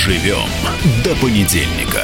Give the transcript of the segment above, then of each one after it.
Доживем до понедельника.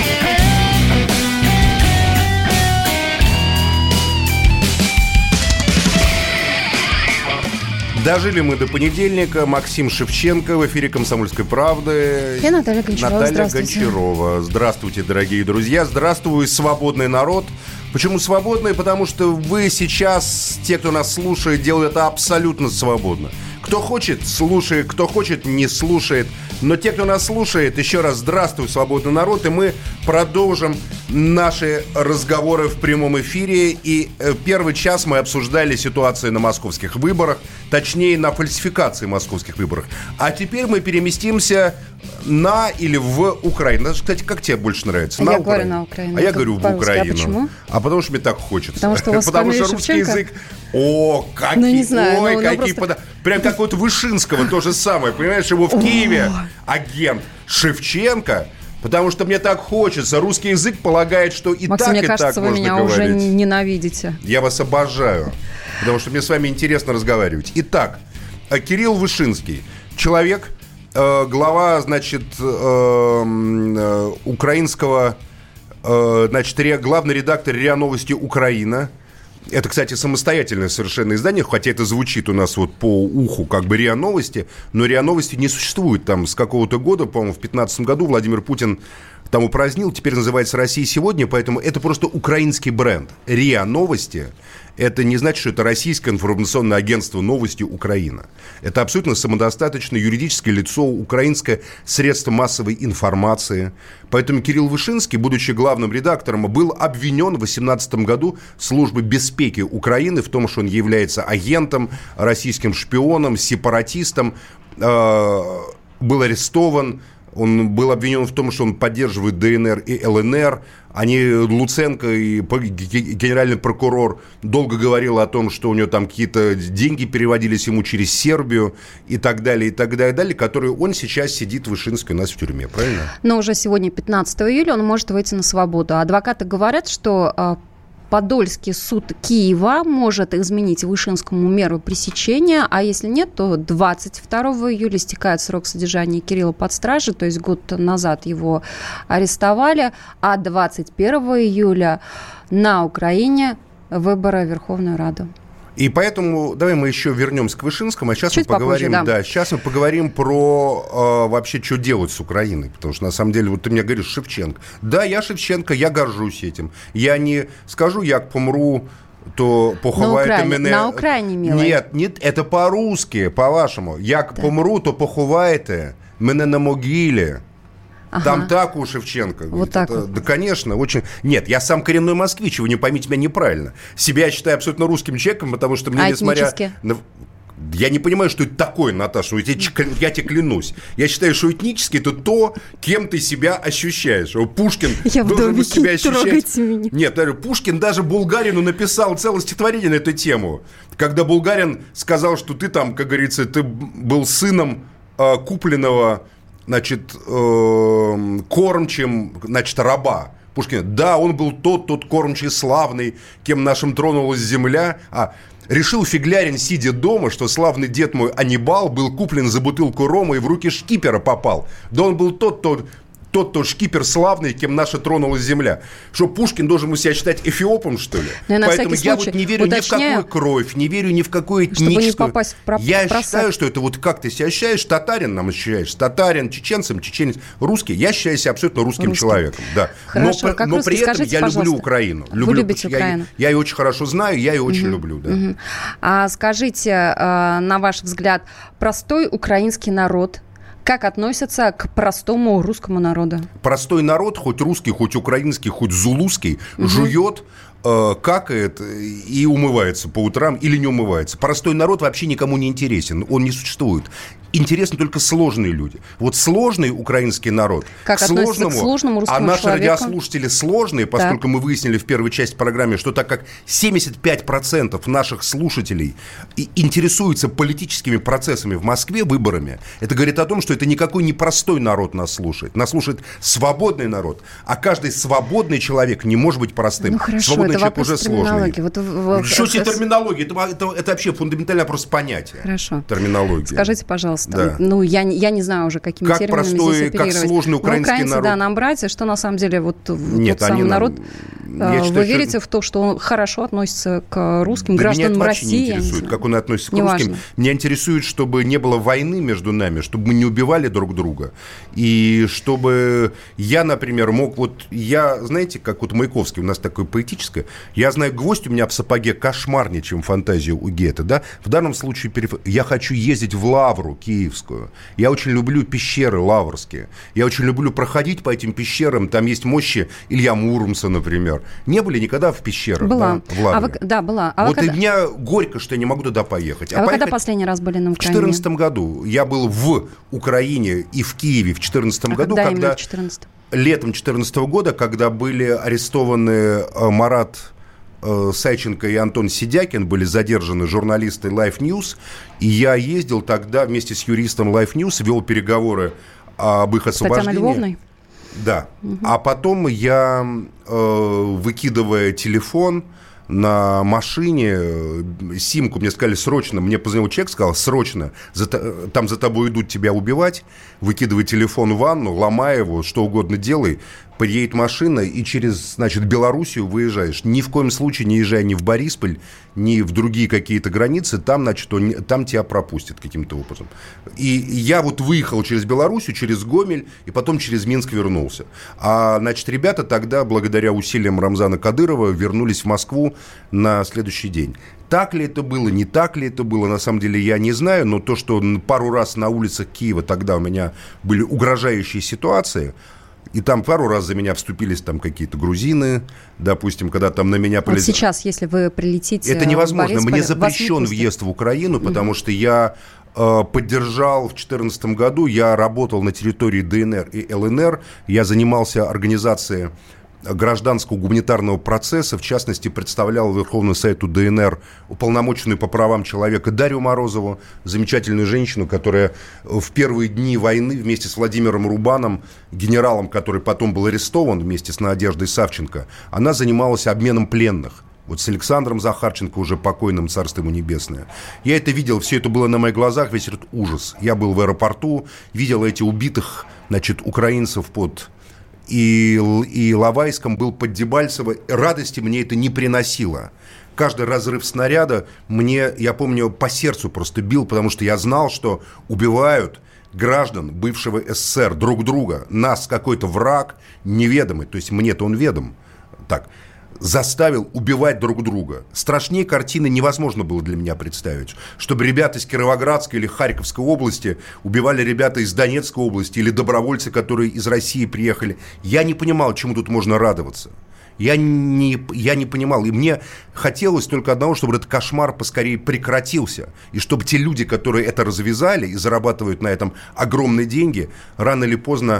Дожили мы до понедельника. Максим Шевченко в эфире «Комсомольской правды». И Наталья Гончарова. Наталья Гончарова. Здравствуйте, дорогие друзья. Здравствуй, свободный народ. Почему свободный? Потому что вы сейчас, те, кто нас слушает, делают это абсолютно свободно. Кто хочет, слушает, кто хочет, не слушает. Но те, кто нас слушает, еще раз здравствуй, свободный народ. И мы продолжим наши разговоры в прямом эфире. И первый час мы обсуждали ситуацию на московских выборах. Точнее, на фальсификации московских выборов. А теперь мы переместимся на или в Украину. Кстати, как тебе больше нравится? Я говорю на Украину. А я говорю в Украину. А почему? А потому что мне так хочется. Потому что у вас фамилия русский Шевченко? язык... О, какие, ну, не знаю, ой, какие просто... Прям как вот Вышинского то же самое. Понимаешь, его в Киеве агент Шевченко. Потому что мне так хочется. Русский язык полагает, что и Максим, так, мне и кажется, так вы можно меня говорить. уже ненавидите. Я вас обожаю. Потому что мне с вами интересно разговаривать. Итак, Кирилл Вышинский. Человек, глава, значит, украинского, значит, главный редактор РИА Новости Украина. Это, кстати, самостоятельное совершенно издание, хотя это звучит у нас вот по уху как бы РИА Новости, но риа Новости не существует там с какого-то года, по-моему, в 2015 году Владимир Путин там упразднил, теперь называется «Россия сегодня», поэтому это просто украинский бренд. РИА Новости – это не значит, что это российское информационное агентство «Новости Украина». Это абсолютно самодостаточное юридическое лицо, украинское средство массовой информации. Поэтому Кирилл Вышинский, будучи главным редактором, был обвинен в 2018 году службой безпеки Украины в том, что он является агентом, российским шпионом, сепаратистом, был арестован. Он был обвинен в том, что он поддерживает ДНР и ЛНР. Луценко и генеральный прокурор долго говорил о том, что у него там какие-то деньги переводились ему через Сербию и так далее, которые он сейчас сидит, Вышинский, у нас в тюрьме, правильно? Но уже сегодня, 15 июля, он может выйти на свободу. Адвокаты говорят, что Подольский суд Киева может изменить Вышинскому меру пресечения, а если нет, то 22 июля истекает срок содержания Кирилла под стражей, то есть год назад его арестовали, а 21 июля на Украине выборы в Верховную Раду. И поэтому давай мы еще вернемся к Вышинскому, а сейчас чуть мы поговорим, попозже, да. Сейчас мы поговорим про вообще, что делать с Украиной, потому что на самом деле, вот ты мне говоришь, Шевченко. Да, я Шевченко, я горжусь этим. Я не скажу, як помру, то поховайте мене. На Украине, милый. Нет, это по-русски, по-вашему. Як помру, то поховайте мене на могиле. Ага. Там так у Шевченко. Вот так это, вот. Да, конечно, очень... Нет, я сам коренной москвич, вы не поймите меня неправильно. Себя я считаю абсолютно русским человеком, потому что мне, несмотря на... Я не понимаю, что это такое, Наташа, я тебе клянусь. Я считаю, что этнически это то, кем ты себя ощущаешь. Пушкин должен быть себя ощущать... Меня. Нет, Пушкин даже Булгарину написал целое стихотворение на эту тему. Когда Булгарин сказал, что ты там, как говорится, ты был сыном купленного... значит, кормчим, значит, раба. Пушкин, да, он был тот кормчий славный, кем нашим тронулась земля. Решил фиглярин, сидя дома, что славный дед мой Аннибал был куплен за бутылку рома и в руки шкипера попал. Да он был тот шкипер славный, кем наша тронулась земля. Что Пушкин должен себя считать эфиопом, что ли? Поэтому я вот не верю ни в какую кровь, не верю ни в какую этническую. Чтобы не попасть в Я считаю, что это вот как ты себя ощущаешь, татарин нам ощущаешь, татарин, чеченцем, чеченец, русский. Я считаю себя абсолютно русским человеком. Да. Хорошо, но при этом я люблю Украину. Вы любите Украину? Я ее очень хорошо знаю, я ее очень люблю. Да. А скажите, на ваш взгляд, простой украинский народ как относятся к простому русскому народу? Простой народ, хоть русский, хоть украинский, хоть зулузский, жует, какает и умывается по утрам или не умывается. Простой народ вообще никому не интересен, он не существует. Интересны только сложные люди. Вот сложный украинский народ как относится к сложному русскому человеку. А наши человеку? радиослушатели сложные, поскольку мы выяснили в первой части программы, что так как 75% наших слушателей интересуются политическими процессами в Москве, выборами, это говорит о том, что это никакой не простой народ нас слушает. Нас слушает свободный народ. А каждый свободный человек не может быть простым. Ну хорошо, свободный человек уже сложный. Что тебе терминология? Это вообще фундаментальный вопрос понятия. Хорошо. Терминология. Скажите, пожалуйста, я не знаю уже, какими терминами здесь оперировать. Как сложный украинский народ. Украинцы, да, нам братья, что на самом деле тот самый народ... Вы верите в то, что он хорошо относится к русским гражданам России? Меня это вообще не интересует, как он относится к русским. Меня интересует, чтобы не было войны между нами, чтобы мы не убивали друг друга. И чтобы я, например, мог... знаете, как Маяковский, у нас такое поэтическое. Я знаю, гвоздь у меня в сапоге кошмарнее, чем фантазия у Гетте, да? В данном случае я хочу ездить в Лавру киевскую. Я очень люблю пещеры лаврские. Я очень люблю проходить по этим пещерам. Там есть мощи Илья Муромца, например. Не были никогда в пещерах? Была. Да, в Лавре? Была. И мне горько, что я не могу туда поехать. Вы когда последний раз были на Украине? В 2014 году. Я был в Украине и в Киеве в 2014 году. Когда именно в 2014? Летом 2014 года, когда были арестованы Марат Сайченко и Антон Сидякин, были задержаны журналисты Life News, и я ездил тогда вместе с юристом Life News, вел переговоры об их освобождении. Татьяной Львовной? Да. Угу. А потом я, выкидывая телефон на машине, симку, мне сказали, срочно, мне позвонил человек, сказал, срочно, там за тобой идут тебя убивать, выкидывай телефон в ванну, ломай его, что угодно делай, подъедет машина, и через, Белоруссию выезжаешь. Ни в коем случае не езжай ни в Борисполь, ни в другие какие-то границы, там тебя пропустят каким-то образом. И я выехал через Белоруссию, через Гомель, и потом через Минск вернулся. А, ребята тогда, благодаря усилиям Рамзана Кадырова, вернулись в Москву на следующий день. Так ли это было, не так ли это было, на самом деле я не знаю, но то, что пару раз на улицах Киева тогда у меня были угрожающие ситуации, и там пару раз за меня вступились там какие-то грузины, допустим, когда там на меня полезли. Вот сейчас, если вы прилетите... Это невозможно. Мне запрещен въезд в Украину, потому что я поддержал в 2014 году, я работал на территории ДНР и ЛНР, я занимался организацией гражданского гуманитарного процесса, в частности, представлял Верховный Совет ДНР уполномоченную по правам человека Дарью Морозову, замечательную женщину, которая в первые дни войны вместе с Владимиром Рубаном, генералом, который потом был арестован вместе с Надеждой Савченко, она занималась обменом пленных. С Александром Захарченко, уже покойным, царство ему небесное. Я это видел, все это было на моих глазах, весь этот ужас. Я был в аэропорту, видел эти убитых, украинцев под... И Лавайском, был под Дебальцево. Радости мне это не приносило. Каждый разрыв снаряда мне, я помню, по сердцу просто бил, потому что я знал, что убивают граждан бывшего СССР друг друга. Нас какой-то враг неведомый, то есть мне-то он ведом. Так, заставил убивать друг друга. Страшнее картины невозможно было для меня представить. Чтобы ребята из Кировоградской или Харьковской области убивали ребята из Донецкой области или добровольцы, которые из России приехали. Я не понимал, чему тут можно радоваться. Я не понимал. И мне хотелось только одного, чтобы этот кошмар поскорее прекратился. И чтобы те люди, которые это развязали и зарабатывают на этом огромные деньги, рано или поздно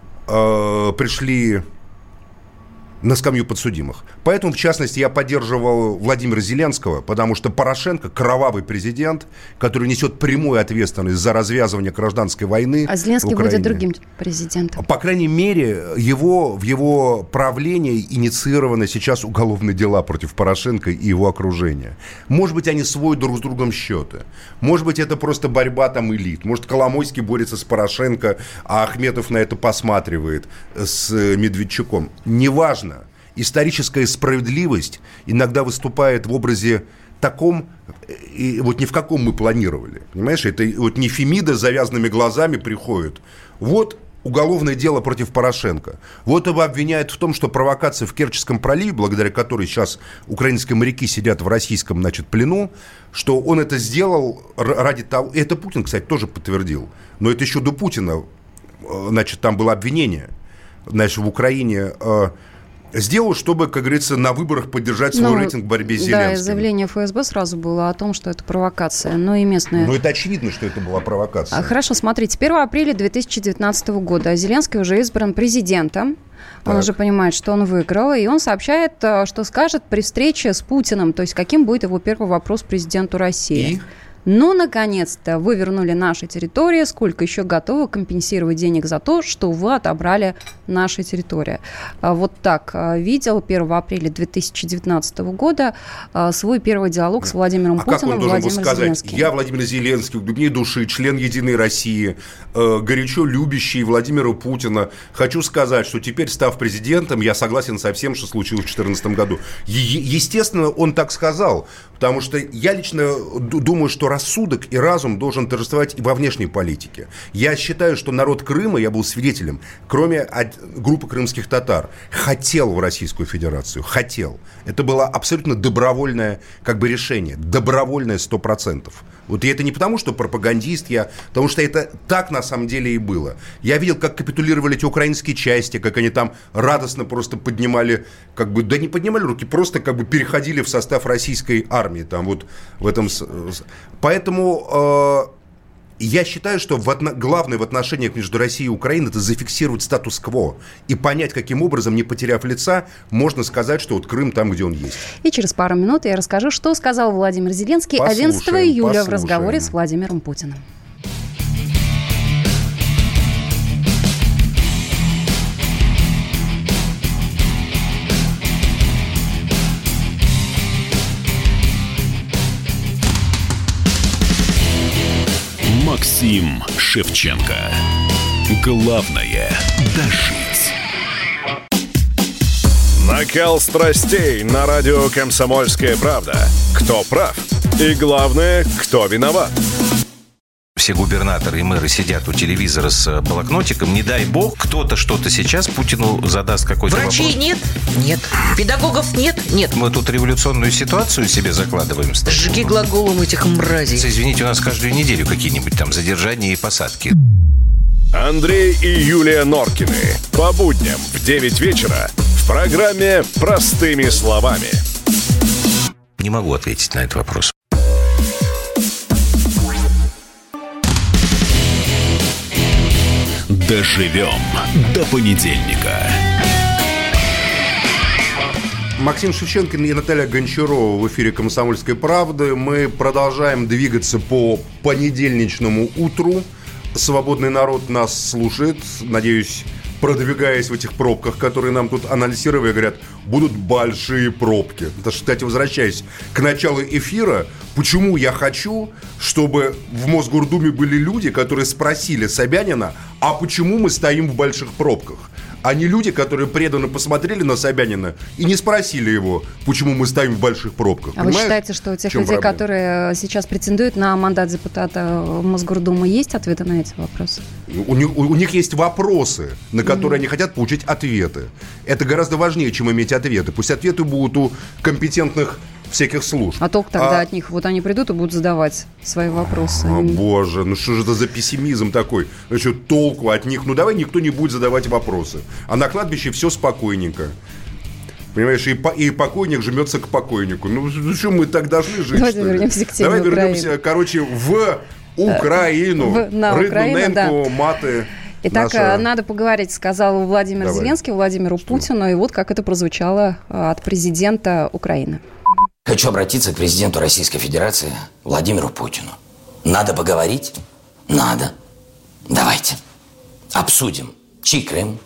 пришли на скамью подсудимых. Поэтому, в частности, я поддерживал Владимира Зеленского, потому что Порошенко – кровавый президент, который несет прямую ответственность за развязывание гражданской войны. А Зеленский будет другим президентом. По крайней мере, в его правлении инициированы сейчас уголовные дела против Порошенко и его окружения. Может быть, они сводят друг с другом счеты. Может быть, это просто борьба элит. Может, Коломойский борется с Порошенко, а Ахметов на это посматривает с Медведчуком. Неважно. Историческая справедливость иногда выступает в образе таком, и не в каком мы планировали. Понимаешь, это не Фемида с завязанными глазами приходит. Уголовное дело против Порошенко. Его обвиняют в том, что провокация в Керченском проливе, благодаря которой сейчас украинские моряки сидят в российском, плену, что он это сделал ради того... И это Путин, кстати, тоже подтвердил. Но это еще до Путина, там было обвинение, в Украине... Сделал, чтобы, как говорится, на выборах поддержать свой рейтинг в борьбе с Зеленским. Да, заявление ФСБ сразу было о том, что это провокация, но и местные... это очевидно, что это была провокация. Хорошо, смотрите, 1 апреля 2019 года Зеленский уже избран президентом. Он уже понимает, что он выиграл, и он сообщает, что скажет при встрече с Путиным, то есть каким будет его первый вопрос президенту России. Ну, наконец-то вы вернули наши территории. Сколько еще готовы компенсировать денег за то, что вы отобрали наши территории? Вот так видел 1 апреля 2019 года свой первый диалог с Владимиром Путиным Владимир Зеленский. Я, Владимир Зеленский, в глубине души, член «Единой России», горячо любящий Владимира Путина. Хочу сказать, что теперь, став президентом, я согласен со всем, что случилось в 2014 году. Естественно, он так сказал, потому что я лично думаю, что рассудок и разум должен торжествовать и во внешней политике. Я считаю, что народ Крыма, я был свидетелем, кроме группы крымских татар, хотел в Российскую Федерацию. Хотел. Это было абсолютно добровольное решение. Добровольное 100%. Вот и это не потому, что пропагандист я, потому что это так на самом деле и было. Я видел, как капитулировали эти украинские части, как они там радостно просто поднимали, не поднимали руки, просто переходили в состав российской армии. Там вот в этом... Поэтому я считаю, что главное в отношениях между Россией и Украиной — это зафиксировать статус-кво и понять, каким образом, не потеряв лица, можно сказать, что вот Крым там, где он есть. И через пару минут я расскажу, что сказал Владимир Зеленский 11 июля в разговоре с Владимиром Путиным. Максим Шевченко. Главное – дожить. Накал страстей на радио «Комсомольская правда». Кто прав? И главное, кто виноват? Все губернаторы и мэры сидят у телевизора с блокнотиком. Не дай бог, кто-то что-то сейчас Путину задаст какой-то Врачей вопрос. нет? Нет. Педагогов нет? Нет. Мы тут революционную ситуацию себе закладываем. Сжги глаголом этих мразей. Извините, у нас каждую неделю какие-нибудь там задержания и посадки. Андрей и Юлия Норкины. По будням в 9 вечера в программе «Простыми словами». Не могу ответить на этот вопрос. Доживем до понедельника. Максим Шевченко и Наталья Гончарова в эфире «Комсомольской правды». Мы продолжаем двигаться по понедельничному утру. Свободный народ нас слушает. Надеюсь, продвигаясь в этих пробках, которые нам тут анонсировали, говорят, будут большие пробки. Это, кстати, возвращаясь к началу эфира, почему я хочу, чтобы в Мосгордуме были люди, которые спросили Собянина, а почему мы стоим в больших пробках? А не люди, которые преданно посмотрели на Собянина и не спросили его, почему мы стоим в больших пробках. А вы считаете, что у тех людей, проблема? Которые сейчас претендуют на мандат депутата Мосгордумы, есть ответы на эти вопросы? У них есть вопросы, на которые они хотят получить ответы. Это гораздо важнее, чем иметь ответы. Пусть ответы будут у компетентных всяких служб. А толк тогда от них? Вот они придут и будут задавать свои вопросы. О, боже, ну что же это за пессимизм такой? Значит, толку от них? Ну давай никто не будет задавать вопросы. А на кладбище все спокойненько. Понимаешь, и покойник жмется к покойнику. Ну что мы так должны жить? Давайте вернемся к теме. Давай вернемся, в Украину. На Украину, да. Маты. Итак, надо поговорить, сказал Владимир Зеленский Владимиру Путину. И вот как это прозвучало от президента Украины. Хочу обратиться к президенту Российской Федерации Владимиру Путину. Надо поговорить? Надо. Давайте обсудим, чей Крым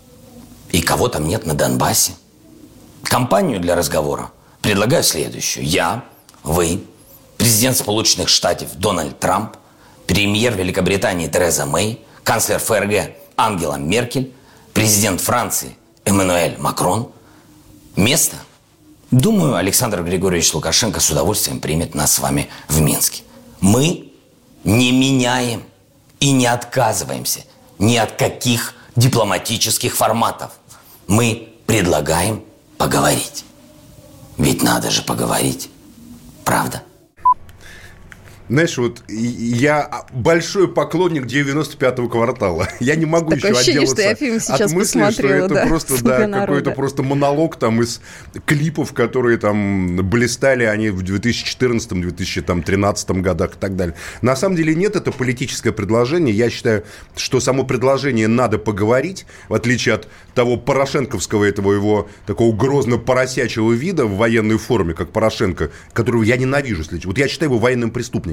и кого там нет на Донбассе. Компанию для разговора предлагаю следующую. Я, вы, президент Сполученных Штатов Дональд Трамп, премьер Великобритании Тереза Мэй, канцлер ФРГ Ангела Меркель, президент Франции Эммануэль Макрон. Место? Думаю, Александр Григорьевич Лукашенко с удовольствием примет нас с вами в Минске. Мы не меняем и не отказываемся ни от каких дипломатических форматов. Мы предлагаем поговорить. Ведь надо же поговорить. Правда? Знаешь, вот я большой поклонник 95-го квартала. Я не могу такое еще ощущение, отделаться что я фильм сейчас от мысли, что это просто какой-то просто монолог там из клипов, которые там блистали они в 2014-2013 годах и так далее. На самом деле нет, это политическое предложение. Я считаю, что само предложение надо поговорить, в отличие от того порошенковского, этого его такого грозно-поросячьего вида в военной форме, как Порошенко, которого я ненавижу. Вот я считаю его военным преступником.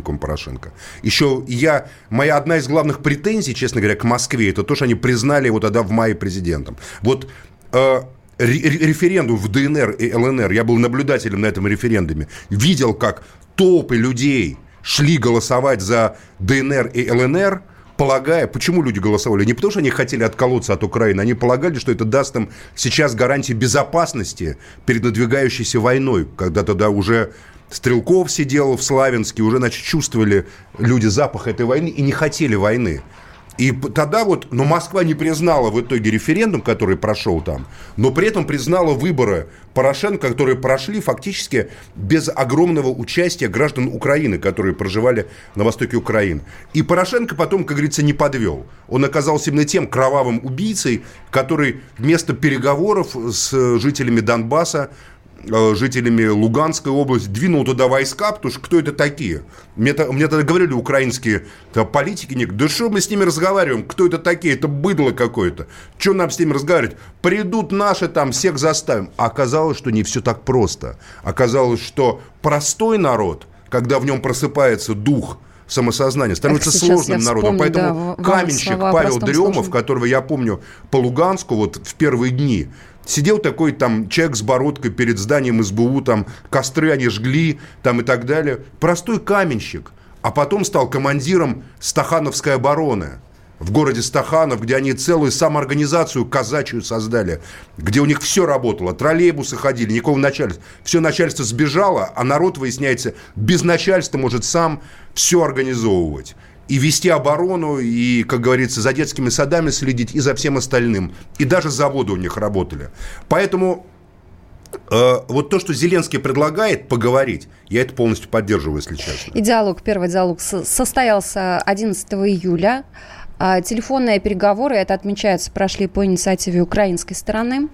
преемником Порошенко. Еще моя одна из главных претензий, честно говоря, к Москве, это то, что они признали его тогда в мае президентом. Вот референдум в ДНР и ЛНР, я был наблюдателем на этом референдуме, видел, как толпы людей шли голосовать за ДНР и ЛНР, полагая, почему люди голосовали? Не потому, что они хотели отколоться от Украины, они полагали, что это даст им сейчас гарантии безопасности перед надвигающейся войной, когда тогда уже Стрелков сидел в Славянске, уже, значит, чувствовали люди запах этой войны и не хотели войны. И тогда но Москва не признала в итоге референдум, который прошел там, но при этом признала выборы Порошенко, которые прошли фактически без огромного участия граждан Украины, которые проживали на востоке Украины. И Порошенко потом, как говорится, не подвел. Он оказался именно тем кровавым убийцей, который вместо переговоров с жителями Донбасса, жителями Луганской области, двинул туда войска, потому что кто это такие? Мне тогда говорили украинские политики, да что мы с ними разговариваем, кто это такие, это быдло какое-то, что нам с ними разговаривать, придут наши там, всех заставим. А оказалось, что не все так просто. Оказалось, что простой народ, когда в нем просыпается дух самосознание, становится сложным народом. Поэтому каменщик Павел Дремов, которого я помню по Луганску в первые дни, сидел такой там человек с бородкой перед зданием СБУ, там костры они жгли, там и так далее. Простой каменщик. А потом стал командиром Стахановской обороны в городе Стаханов, где они целую самоорганизацию казачью создали, где у них все работало. Троллейбусы ходили, никакого начальства. Все начальство сбежало, а народ, выясняется, без начальства может сам все организовывать. И вести оборону, и, как говорится, за детскими садами следить, и за всем остальным. И даже заводы у них работали. Поэтому вот то, что Зеленский предлагает поговорить, я это полностью поддерживаю, если честно. Первый диалог состоялся 11 июля. Телефонные переговоры, это отмечается, прошли по инициативе украинской стороны.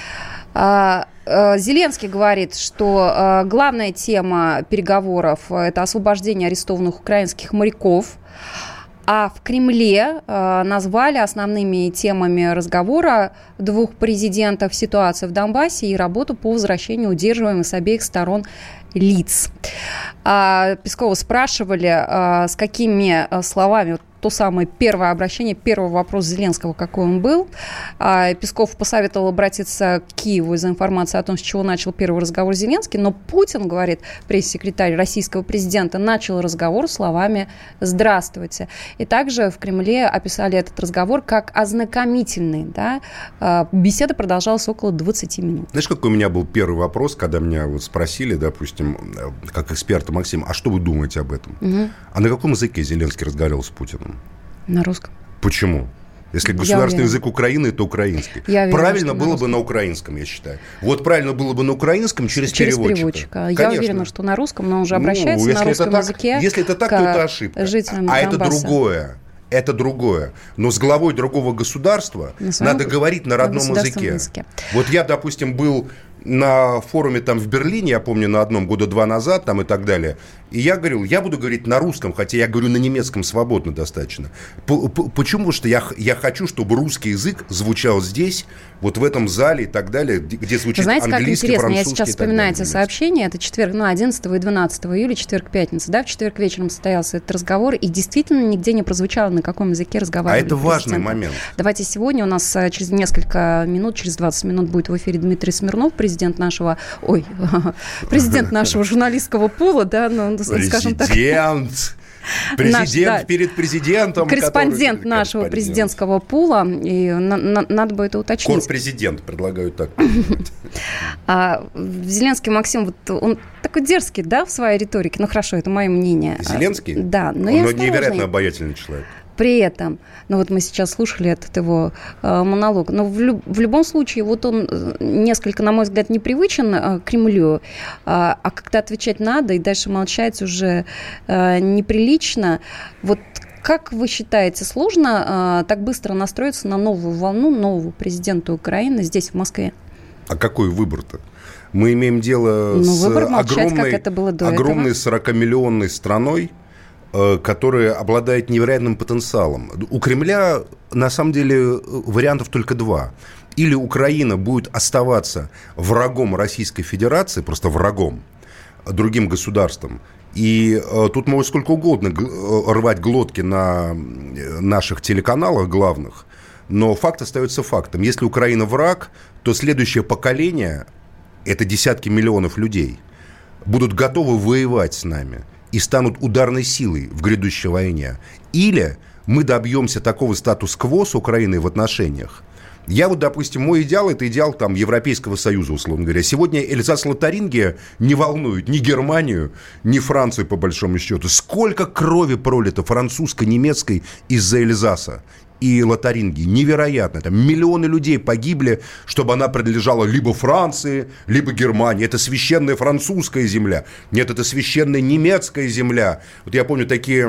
Зеленский говорит, что главная тема переговоров – это освобождение арестованных украинских моряков. А в Кремле назвали основными темами разговора двух президентов ситуацию в Донбассе и работу по возвращению удерживаемых с обеих сторон лиц. Пескова спрашивали, с какими словами, то самое первое обращение, первый вопрос Зеленского, какой он был. Песков посоветовал обратиться к Киеву из-за информации о том, с чего начал первый разговор Зеленский, но Путин, говорит пресс-секретарь российского президента, начал разговор словами «здравствуйте». И также в Кремле описали этот разговор как ознакомительный. Да? Беседа продолжалась около 20 минут. Знаешь, какой у меня был первый вопрос, когда меня спросили, допустим, как эксперта, Максим, а что вы думаете об этом? Угу. А на каком языке Зеленский разговаривал с Путиным? На русском. Почему? Если государственный язык Украины, то украинский. Правильно было бы на украинском, я считаю. Вот правильно было бы на украинском через переводчика. Я уверена, что на русском, но он уже обращается на русском языке. Если это так, то это ошибка. А это другое. Это другое. Но с главой другого государства надо говорить на родном языке. Вот я, допустим, был на форуме там в Берлине, я помню, на одном года 2 назад там и так далее. И я говорил, я буду говорить на русском, хотя я говорю на немецком свободно достаточно. Почему? Потому что я хочу, чтобы русский язык звучал здесь, вот в этом зале и так далее, где звучит знаете, английский, как интересно, французский. Я сейчас вспоминаю эти сообщения, это четверг, 11 и 12 июля, четверг-пятница, да, в четверг вечером состоялся этот разговор, и действительно нигде не прозвучало, на каком языке разговаривали. А это важный момент. Давайте сегодня у нас через несколько минут, через 20 минут будет в эфире Дмитрий Смирнов, президент нашего журналистского пула, да, ну, скажем так. Президент перед президентом. Корреспондент нашего президентского пула. И надо бы это уточнить. Корпрезидент, предлагаю так. Зеленский, Максим, вот он такой дерзкий, да, в своей риторике. Ну, хорошо, это мое мнение. Зеленский? Да. Но он невероятно обаятельный человек. При этом, ну вот мы сейчас слушали этот его монолог, но в любом случае вот он несколько, на мой взгляд, непривычен к Кремлю, а когда отвечать надо и дальше молчать уже неприлично. Вот как вы считаете, сложно так быстро настроиться на новую волну нового президента Украины здесь, в Москве? А какой выбор-то? Мы имеем дело с огромной 40-миллионной страной, которая обладает невероятным потенциалом. У Кремля, на самом деле, вариантов только 2. Или Украина будет оставаться врагом Российской Федерации, просто врагом другим государствам, И тут можно сколько угодно рвать глотки на наших телеканалах главных, но факт остается фактом. Если Украина враг, то следующее поколение, это десятки миллионов людей, будут готовы воевать с нами и станут ударной силой в грядущей войне. Или мы добьемся такого статус-кво с Украиной в отношениях. Я вот, допустим, мой идеал – это идеал там, Европейского Союза, условно говоря. Сегодня Эльзас-Лотарингия не волнует ни Германию, ни Францию, по большому счету. Сколько крови пролито французско-немецкой из-за Эльзаса и Лотарингии. Невероятно. Там миллионы людей погибли, чтобы она принадлежала либо Франции, либо Германии. Это священная французская земля. Нет, это священная немецкая земля. Вот я помню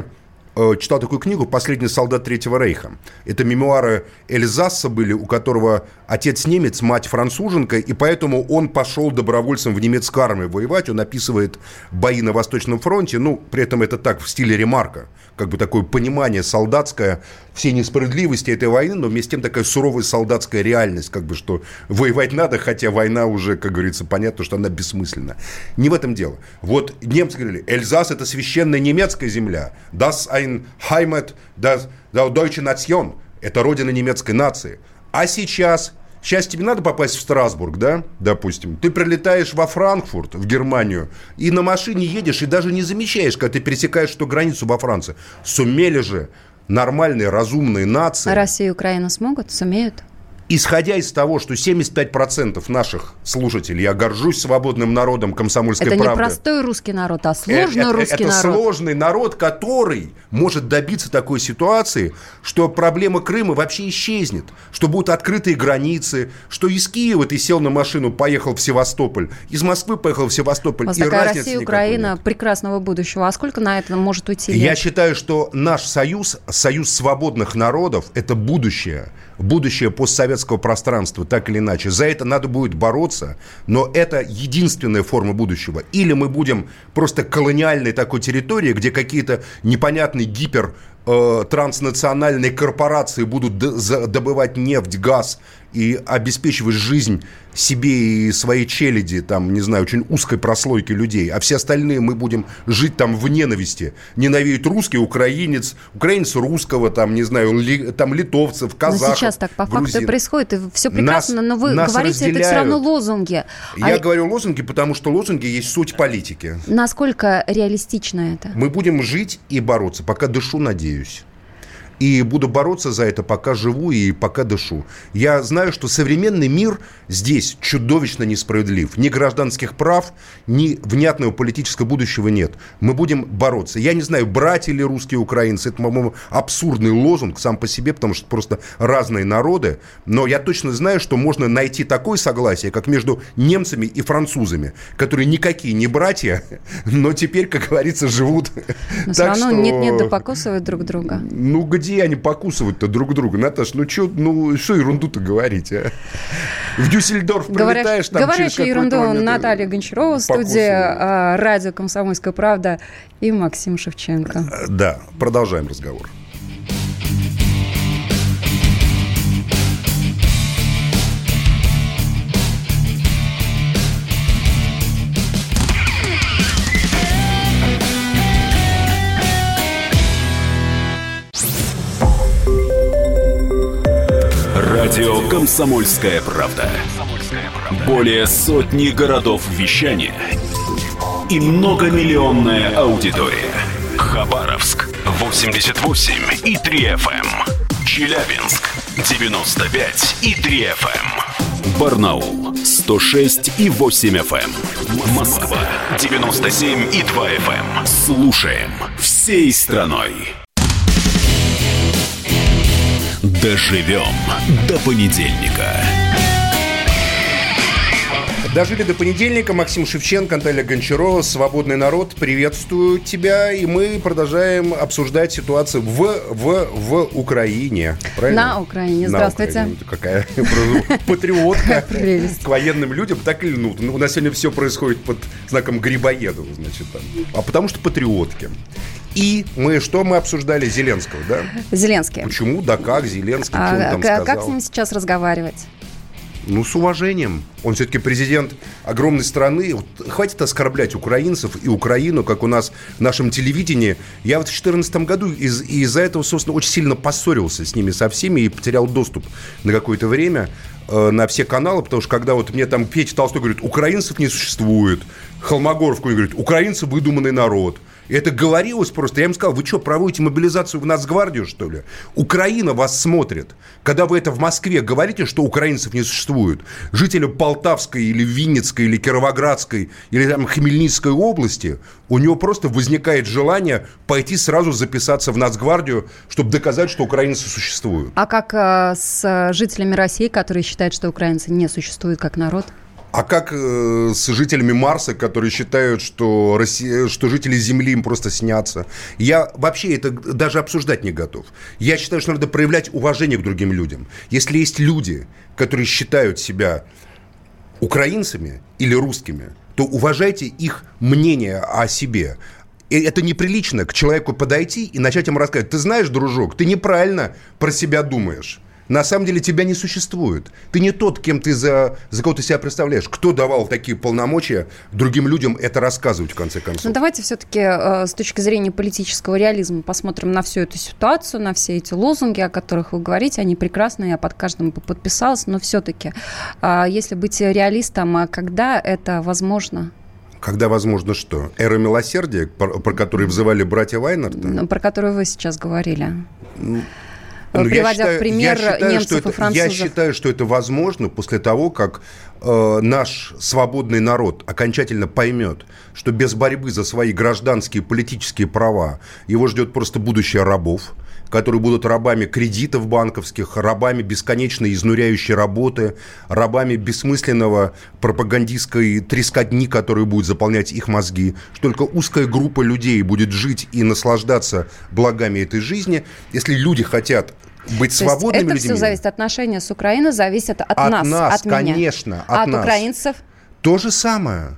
читал такую книгу «Последний солдат Третьего Рейха». Это мемуары Эльзаса были, у которого отец немец, мать француженка, и поэтому он пошел добровольцем в немецкую армию воевать. Он описывает бои на Восточном фронте, при этом это так, в стиле Ремарка, как бы такое понимание солдатское всей несправедливости этой войны, но вместе с тем такая суровая солдатская реальность, как бы, что воевать надо, хотя война уже, как говорится, понятно, что она бессмысленна. Не в этом дело. Вот немцы говорили, Эльзас – это священная немецкая земля. Das ein Heimat der Deutsche Nation. Это родина немецкой нации. А сейчас тебе надо попасть в Страсбург, да, допустим. Ты прилетаешь во Франкфурт, в Германию, и на машине едешь, и даже не замечаешь, когда ты пересекаешь эту границу во Франции. Сумели же нормальные, разумные нации. А Россия и Украина смогут? Сумеют? Исходя из того, что 75% наших слушателей, я горжусь свободным народом «Комсомольской правды». Это не простой русский народ, а сложный русский народ. Это сложный народ, который может добиться такой ситуации, что проблема Крыма вообще исчезнет, что будут открытые границы, что из Киева ты сел на машину, поехал в Севастополь, из Москвы поехал в Севастополь. У вас такая Россия и Украина прекрасного будущего. А сколько на это может уйти лет? Я считаю, что наш союз свободных народов – это будущее постсоветского пространства, так или иначе. За это надо будет бороться, но это единственная форма будущего. Или мы будем просто колониальной такой территорией, где какие-то непонятные транснациональные корпорации будут добывать нефть, газ и обеспечивать жизнь себе и своей челяди, там, не знаю, очень узкой прослойки людей, а все остальные мы будем жить там в ненависти. Ненавидеть русский, украинец русского, там, не знаю, там литовцев, казахов, но сейчас так по грузин. факту происходит, и все прекрасно, но вы говорите, разделяют. Это все равно лозунги. Я говорю лозунги, потому что лозунги есть суть политики. Насколько реалистично это? Мы будем жить и бороться, пока дышу, надеюсь. И буду бороться за это, пока живу и пока дышу. Я знаю, что современный мир здесь чудовищно несправедлив. Ни гражданских прав, ни внятного политического будущего нет. Мы будем бороться. Я не знаю, братья ли русские и украинцы. Это, по-моему, абсурдный лозунг сам по себе, потому что просто разные народы. Но я точно знаю, что можно найти такое согласие, как между немцами и французами, которые никакие не братья, но теперь, как говорится, живут. Но все равно нет-нет, да покусывают друг друга. Где они покусывают-то друг друга? Наташ, что ерунду-то говорить, а? В Дюссельдорф прилетаешь, там говорящая ерунду Наталья Гончарова в студии радио «Комсомольская правда» и Максим Шевченко. Да, продолжаем разговор. Радио «Комсомольская правда». Более сотни городов вещания и многомиллионная аудитория. Хабаровск 88,3 FM. Челябинск 95,3 FM. Барнаул 106,8 FM. Москва 97,2 FM. Слушаем всей страной. Доживем до понедельника. Дожили до понедельника. Максим Шевченко, Наталья Гончарова, «Свободный народ». Приветствую тебя. И мы продолжаем обсуждать ситуацию в Украине. Правильно? На Украине. Здравствуйте. На Украине. Какая патриотка к военным людям. Так или ну. У нас сегодня все происходит под знаком Грибоедова, значит. А потому что патриотки. И мы обсуждали? Зеленского, да? Зеленский. Почему? Да как? Зеленский, что он там сказал? Как с ним сейчас разговаривать? Ну, с уважением. Он все-таки президент огромной страны. Вот хватит оскорблять украинцев и Украину, как у нас в нашем телевидении. Я вот в 2014 году из-за этого, собственно, очень сильно поссорился с ними со всеми и потерял доступ на какое-то время на все каналы, потому что когда вот мне там Петя Толстой говорит, украинцев не существует, Холмогоров говорит, украинцы выдуманный народ. И это говорилось просто. Я им сказал, вы что, проводите мобилизацию в Нацгвардию, что ли? Украина вас смотрит. Когда вы это в Москве говорите, что украинцев не существует, жителю Полтавской или Винницкой или Кировоградской или там Хмельницкой области, у него просто возникает желание пойти сразу записаться в Нацгвардию, чтобы доказать, что украинцы существуют. А как с жителями России, которые считают, что украинцы не существуют как народ? А как с жителями Марса, которые считают, что жители Земли им просто снятся? Я вообще это даже обсуждать не готов. Я считаю, что надо проявлять уважение к другим людям. Если есть люди, которые считают себя украинцами или русскими, то уважайте их мнение о себе. И это неприлично к человеку подойти и начать ему рассказывать. Ты знаешь, дружок, ты неправильно про себя думаешь. На самом деле тебя не существует. Ты не тот, кем ты за кого ты себя представляешь. Кто давал такие полномочия другим людям это рассказывать, в конце концов? Ну, давайте все-таки с точки зрения политического реализма посмотрим на всю эту ситуацию, на все эти лозунги, о которых вы говорите. Они прекрасные, я под каждым подписалась. Но все-таки, если быть реалистом, когда это возможно? Когда возможно что? Эра милосердия, про которую взывали братья Вайнерта? Про которую вы сейчас говорили. Приводя в пример немцев и французов. Я считаю, что это возможно после того, как наш свободный народ окончательно поймет, что без борьбы за свои гражданские и политические права его ждет просто будущее рабов, которые будут рабами кредитов банковских, рабами бесконечной изнуряющей работы, рабами бессмысленного пропагандистской трескотни, которая будет заполнять их мозги, что только узкая группа людей будет жить и наслаждаться благами этой жизни. Если люди хотят быть свободными людьми... Это все зависит, отношения с Украиной зависят от нас, от меня. Конечно, от нас. Украинцев? То же самое.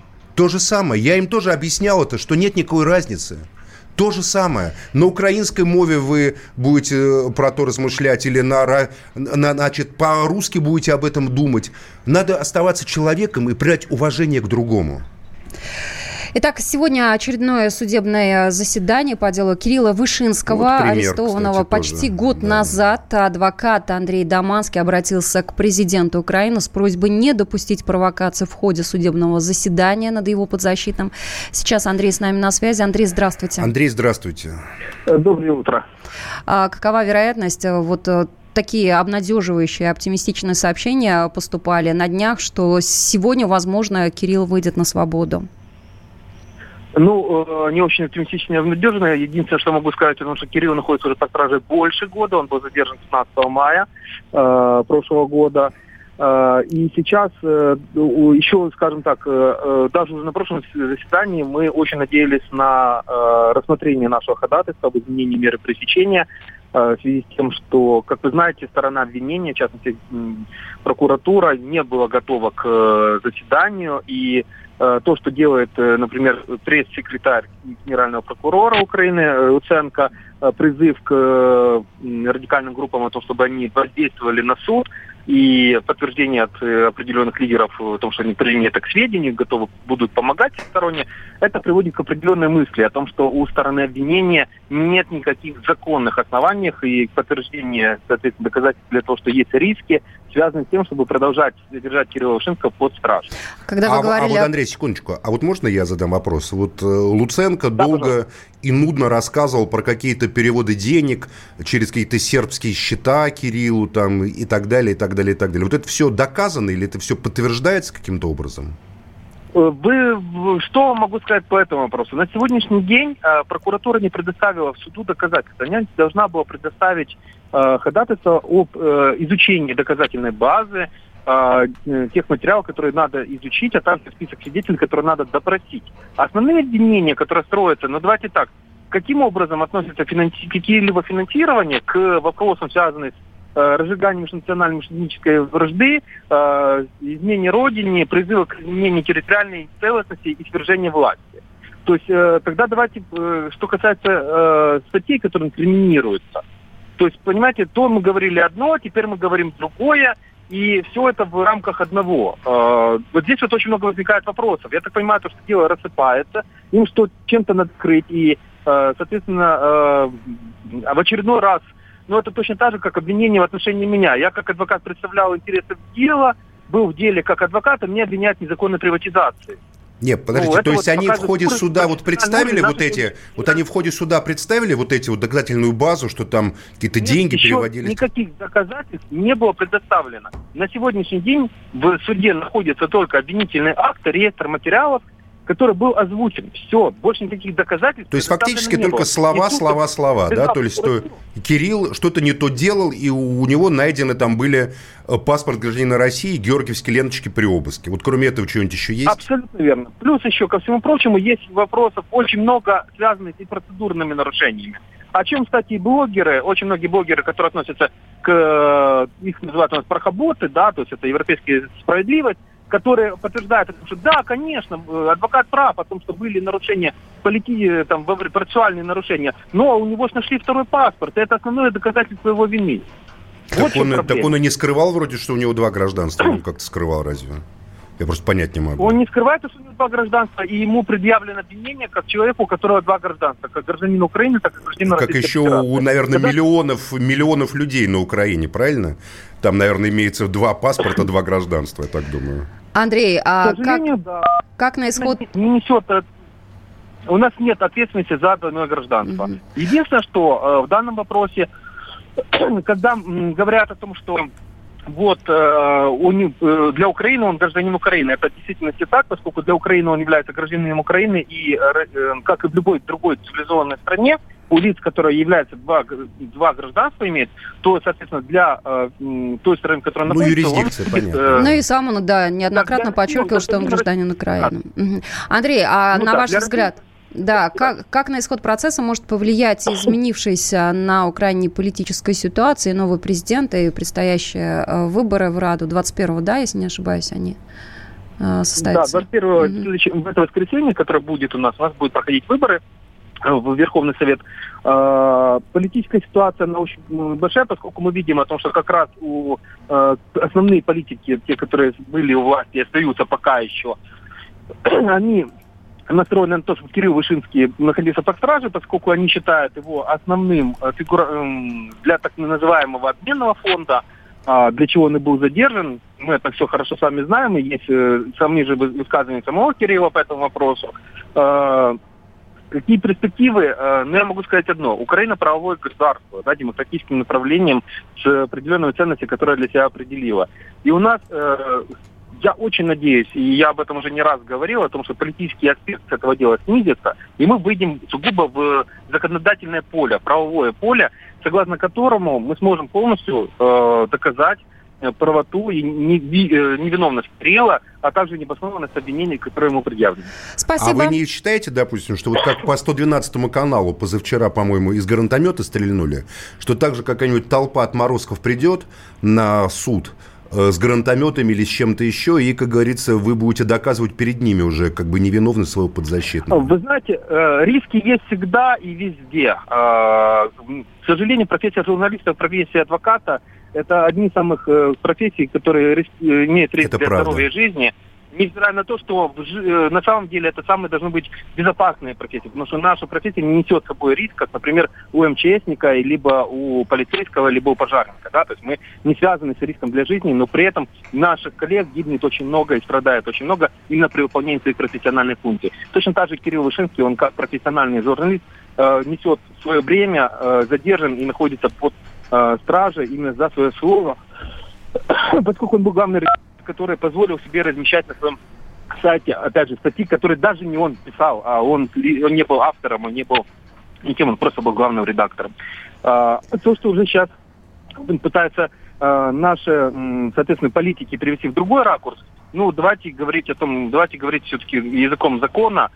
Я им тоже объяснял это, что нет никакой разницы. То же самое. На украинской мове вы будете про то размышлять или значит, по-русски будете об этом думать. Надо оставаться человеком и проявлять уважение к другому. Итак, сегодня очередное судебное заседание по делу Кирилла Вышинского, вот пример, арестованного кстати, почти год назад. Адвокат Андрей Даманский обратился к президенту Украины с просьбой не допустить провокации в ходе судебного заседания над его подзащитным. Сейчас Андрей с нами на связи. Андрей, здравствуйте. Андрей, здравствуйте. Доброе утро. Какова вероятность, такие обнадеживающие, оптимистичные сообщения поступали на днях, что сегодня, возможно, Кирилл выйдет на свободу? Не очень оптимистично и обнадеженно. Единственное, что могу сказать, потому что Кирилл находится уже под стражей больше года. Он был задержан 15 мая прошлого года. И сейчас еще, скажем так, даже уже на прошлом заседании мы очень надеялись на рассмотрение нашего ходатайства об изменении меры пресечения в связи с тем, что, как вы знаете, сторона обвинения, в частности прокуратура, не была готова к заседанию. И то, что делает, например, пресс-секретарь генерального прокурора Украины Луценко, призыв к радикальным группам о том, чтобы они воздействовали на суд, и подтверждение от определенных лидеров о том, что они приняли это к сведению, готовы будут помогать всесторонне, это приводит к определенной мысли о том, что у стороны обвинения нет никаких законных оснований и подтверждения, соответственно, доказательств для того, что есть риски, связанные с тем, чтобы продолжать держать Кирилла Вышинского под стражей. Когда вы говорили... вот, Андрей, секундочку. А вот можно я задам вопрос? Вот Луценко долго и нудно рассказывал про какие-то переводы денег через какие-то сербские счета Кириллу там, и так далее, и так далее, и так далее. Вот это все доказано или это все подтверждается каким-то образом? Что могу сказать по этому вопросу? На сегодняшний день прокуратура не предоставила в суду доказательства. Она должна была предоставить ходатайство об изучении доказательной базы, тех материалов, которые надо изучить, а также список свидетелей, которые надо допросить. Основные обвинения, которые строятся, давайте так, каким образом относятся какие-либо финансирования к вопросам, связанным с разжиганием межнациональной межэтнической вражды, измене родине, призыва к изменению территориальной целостности и свержения власти. То есть тогда давайте, что касается статей, которые инкриминируются. То есть, понимаете, то мы говорили одно, теперь мы говорим другое. И все это в рамках одного. Вот здесь вот очень много возникает вопросов. Я так понимаю, что дело рассыпается, им что чем-то надо крыть. И, соответственно, в очередной раз, это точно так же, как обвинение в отношении меня. Я как адвокат представлял интересы дела, был в деле как адвокат, а меня обвиняют в незаконной приватизации. Нет, подождите, то есть они в ходе суда представили они в ходе суда представили эти доказательную базу, что там какие-то деньги переводились? Никаких доказательств не было предоставлено. На сегодняшний день в суде находится только обвинительный акт, реестр материалов, который был озвучен. Все, больше никаких доказательств. То есть фактически только слова, да? То есть что Кирилл что-то не то делал, и у него найдены там были паспорт гражданина России, георгиевские ленточки при обыске. Вот кроме этого что-нибудь еще есть? Абсолютно верно. Плюс еще, ко всему прочему, есть вопросов очень много, связанных с процедурными нарушениями. О чем, кстати, и блогеры, очень многие блогеры, которые относятся к, их называют у нас пархоботы, да, то есть это европейская справедливость, которые подтверждают, что да, конечно, адвокат прав о том, что были нарушения, процессуальные нарушения, но у него нашли второй паспорт, и это основное доказательство его вины. Так он и не скрывал вроде, что у него 2 гражданства, он как-то скрывал разве? Я просто понять не могу. Он не скрывает, что у него 2 гражданства, и ему предъявлено обвинение как человеку, у которого 2 гражданства, как гражданин Украины, так и гражданин Российской Федерации. Как еще у, наверное, миллионов людей на Украине, правильно? Там, наверное, имеется 2 паспорта, 2 гражданства, я так думаю. Андрей, а как на исход... Не несет... У нас нет ответственности за двойное гражданство. Mm-hmm. Единственное, что в данном вопросе, когда говорят о том, что для Украины он гражданин Украины, это действительно так, поскольку для Украины он является гражданином Украины, и как и в любой другой цивилизованной стране, у лиц, которые являются 2 гражданства имеют, то, соответственно, для той страны, которая находится... юрисдикция, понятно. И сам он, неоднократно подчеркивал, что он гражданин Украины. Угу. Андрей, на ваш взгляд... Да, как на исход процесса может повлиять изменившаяся на Украине политическая ситуация, новый президент и предстоящие выборы в Раду 21-го, да, если не ошибаюсь, они состоятся? Да, 21-го, в это воскресенье, которое будет у нас будут проходить выборы в Верховный Совет. Политическая ситуация, она очень большая, поскольку мы видим о том, что как раз основные политики, те, которые были у власти и остаются пока еще, они... настроены на то, чтобы Кирилл Вышинский находился под стражей, поскольку они считают его основным для так называемого обменного фонда, для чего он и был задержан. Мы это все хорошо сами знаем, и есть сами же высказывания самого Кирилла по этому вопросу. Какие перспективы? Я могу сказать одно. Украина правовое государство, демократическим направлением с определенной ценностью, которая для себя определила. И у нас... Я очень надеюсь, и я об этом уже не раз говорил, о том, что политический аспект этого дела снизится, и мы выйдем сугубо в законодательное поле, правовое поле, согласно которому мы сможем полностью доказать правоту и невиновность Кирилла, а также необоснованность обвинений, которые ему предъявлены. Спасибо. А вы не считаете, допустим, что вот как по 112 каналу позавчера, по-моему, из гранатомета стрельнули, что так же какая-нибудь толпа отморозков придет на суд с гранатометами или с чем-то еще, и, как говорится, вы будете доказывать перед ними уже невиновность своего подзащитного? Вы знаете, риски есть всегда и везде. К сожалению, профессия журналиста, профессия адвоката – это одни из самых профессий, которые имеют риск для здоровья и жизни. Невзирая на то, что на самом деле это самые должны быть безопасные профессии, потому что наша профессия не несет с собой риск, как, например, у МЧСника, либо у полицейского, либо у пожарника. Да? То есть мы не связаны с риском для жизни, но при этом наших коллег гибнет очень много и страдает очень много именно при выполнении своих профессиональных функций. Точно так же Кирилл Вышинский, он как профессиональный журналист несет свое бремя, задержан и находится под стражей именно за свое слово, поскольку он был главный редактор, который позволил себе размещать на своем сайте, опять же, статьи, которые даже не он писал, а он не был автором, он не был никем, он просто был главным редактором. То, что уже сейчас пытаются наши, соответственно, политики привести в другой ракурс, давайте говорить все-таки языком закона,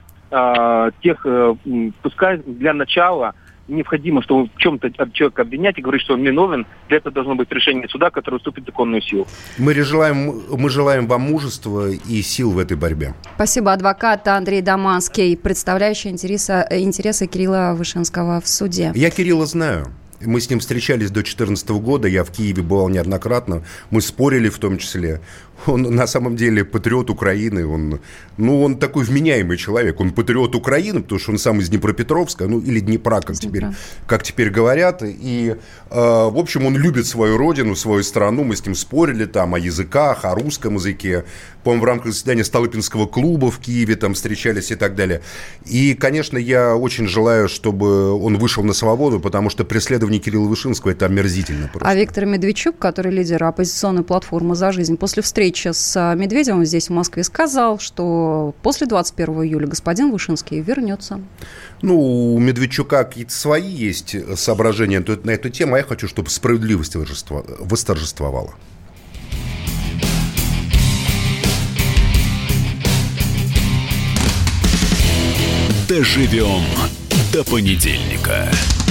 пускай для начала необходимо, что в чем-то человека обвинять и говорить, что он виновен, для этого должно быть решение суда, которое вступит в законную силу. Мы желаем вам мужества и сил в этой борьбе. Спасибо. Адвокат Андрей Даманский, представляющий интересы Кирилла Вышинского в суде. Я Кирилла знаю. Мы с ним встречались до 2014 года, я в Киеве бывал неоднократно, мы спорили в том числе. Он на самом деле патриот Украины, он такой вменяемый человек. Он патриот Украины, потому что он сам из Днепропетровска, или Днепра, как теперь говорят. И, в общем, он любит свою родину, свою страну. Мы с ним спорили там о языках, о русском языке. По-моему, в рамках заседания Столыпинского клуба в Киеве там встречались и так далее. И, конечно, я очень желаю, чтобы он вышел на свободу, потому что преследование Кирилла Вышинского – это омерзительно просто. А Виктор Медведчук, который лидер оппозиционной платформы «За жизнь», после встречи с Медведевым здесь, в Москве, сказал, что после 21 июля господин Вышинский вернется. У Медведчука какие-то свои есть соображения на эту тему, а я хочу, чтобы справедливость восторжествовала. Доживем до понедельника.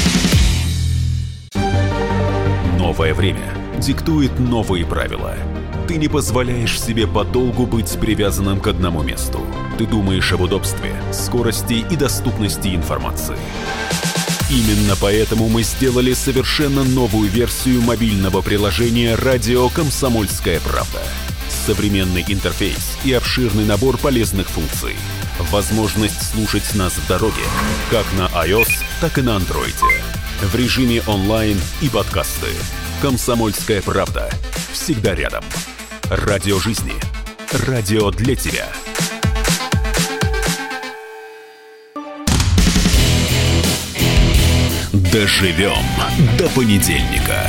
Новое время диктует новые правила. Ты не позволяешь себе подолгу быть привязанным к одному месту. Ты думаешь об удобстве, скорости и доступности информации. Именно поэтому мы сделали совершенно новую версию мобильного приложения «Радио Комсомольская правда». Современный интерфейс и обширный набор полезных функций. Возможность слушать нас в дороге, как на iOS, так и на Android. В режиме онлайн и подкасты. «Комсомольская правда». Всегда рядом. Радио жизни. Радио для тебя. Доживем до понедельника.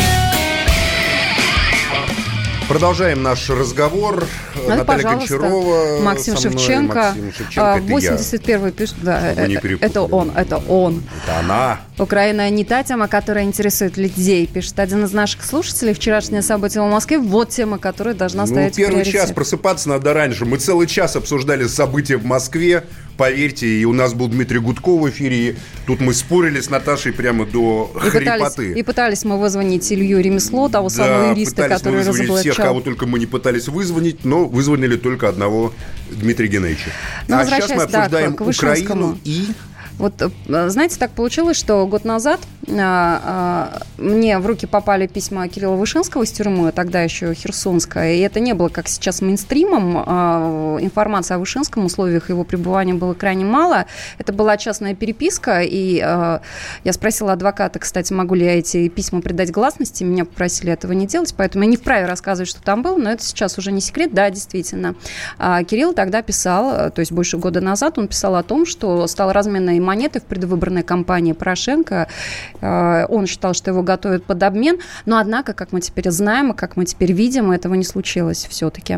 Продолжаем наш разговор. Наталья Гончарова, Максим Шевченко. 81-й пишет. Да, это он. Это она. Украина не та тема, которая интересует людей, пишет один из наших слушателей. Вчерашнее событие в Москве. Вот тема, которая должна стоять в приоритете. Первый час, просыпаться надо раньше. Мы целый час обсуждали события в Москве. Поверьте, и у нас был Дмитрий Гудков в эфире. И тут мы спорили с Наташей прямо до хрипоты. И пытались мы вызвонить Илью Ремесло, того самого юриста, который разоблачал. Всех, кого только мы не пытались вызвонить, но вызвонили только одного Дмитрия Геннадьевича. А сейчас мы обсуждаем Украину и... Вот, знаете, так получилось, что год назад мне в руки попали письма Кирилла Вышинского из тюрьмы, тогда еще Херсонская, и это не было, как сейчас, мейнстримом. Информации о Вышинском, условиях его пребывания было крайне мало. Это была частная переписка, и я спросила адвоката, кстати, могу ли я эти письма придать гласности, меня попросили этого не делать, поэтому я не вправе рассказывать, что там было, но это сейчас уже не секрет, да, действительно. Кирилл тогда писал, то есть больше года назад, он писал о том, что стал разменной монеты в предвыборной кампании Порошенко. Он считал, что его готовят под обмен, но, однако, как мы теперь знаем и как мы теперь видим, этого не случилось все-таки.